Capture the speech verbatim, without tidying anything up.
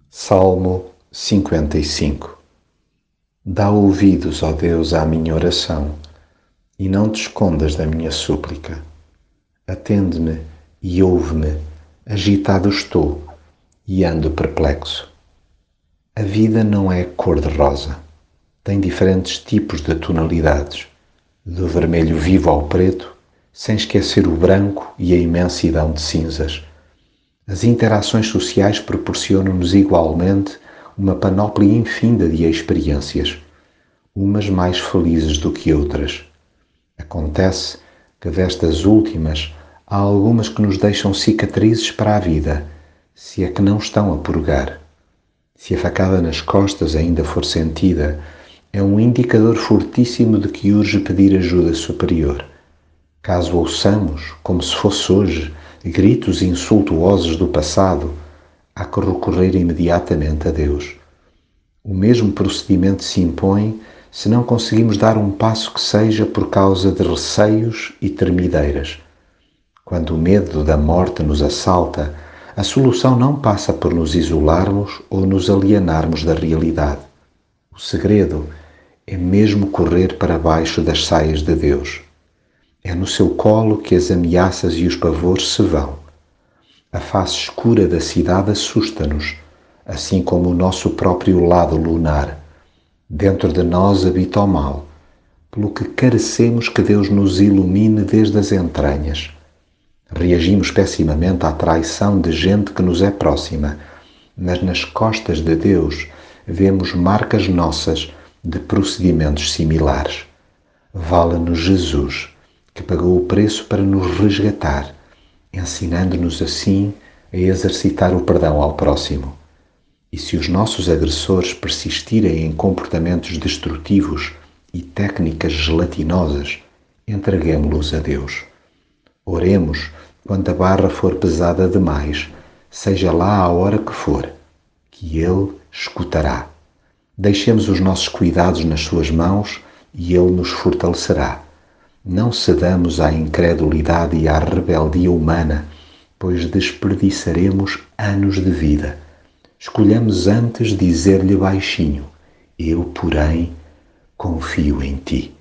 Salmo cinquenta e cinco. Dá ouvidos, ó Deus, à minha oração, e não te escondas da minha súplica. Atende-me e ouve-me, agitado estou e ando perplexo. A vida não é cor-de-rosa. Tem diferentes tipos de tonalidades, do vermelho vivo ao preto, sem esquecer o branco e a imensidão de cinzas. As interações sociais proporcionam-nos igualmente uma panóplia infinda de experiências, umas mais felizes do que outras. Acontece que destas últimas há algumas que nos deixam cicatrizes para a vida, se é que não estão a purgar. Se a facada nas costas ainda for sentida, é um indicador fortíssimo de que urge pedir ajuda superior. Caso ouçamos, como se fosse hoje, gritos insultuosos do passado, há que recorrer imediatamente a Deus. O mesmo procedimento se impõe se não conseguimos dar um passo que seja por causa de receios e tremideiras. Quando o medo da morte nos assalta, a solução não passa por nos isolarmos ou nos alienarmos da realidade. O segredo é mesmo correr para baixo das saias de Deus. É no seu colo que as ameaças e os pavores se vão. A face escura da cidade assusta-nos, assim como o nosso próprio lado lunar. Dentro de nós habita o mal, pelo que carecemos que Deus nos ilumine desde as entranhas. Reagimos pessimamente à traição de gente que nos é próxima, mas nas costas de Deus vemos marcas nossas de procedimentos similares. Vala-nos Jesus, que pagou o preço para nos resgatar, ensinando-nos assim a exercitar o perdão ao próximo. E se os nossos agressores persistirem em comportamentos destrutivos e técnicas gelatinosas, entreguemo-los a Deus. Oremos quando a barra for pesada demais, seja lá a hora que for, que Ele escutará. Deixemos os nossos cuidados nas suas mãos e Ele nos fortalecerá. Não cedamos à incredulidade e à rebeldia humana, pois desperdiçaremos anos de vida. Escolhamos antes dizer-lhe baixinho: eu, porém, confio em ti.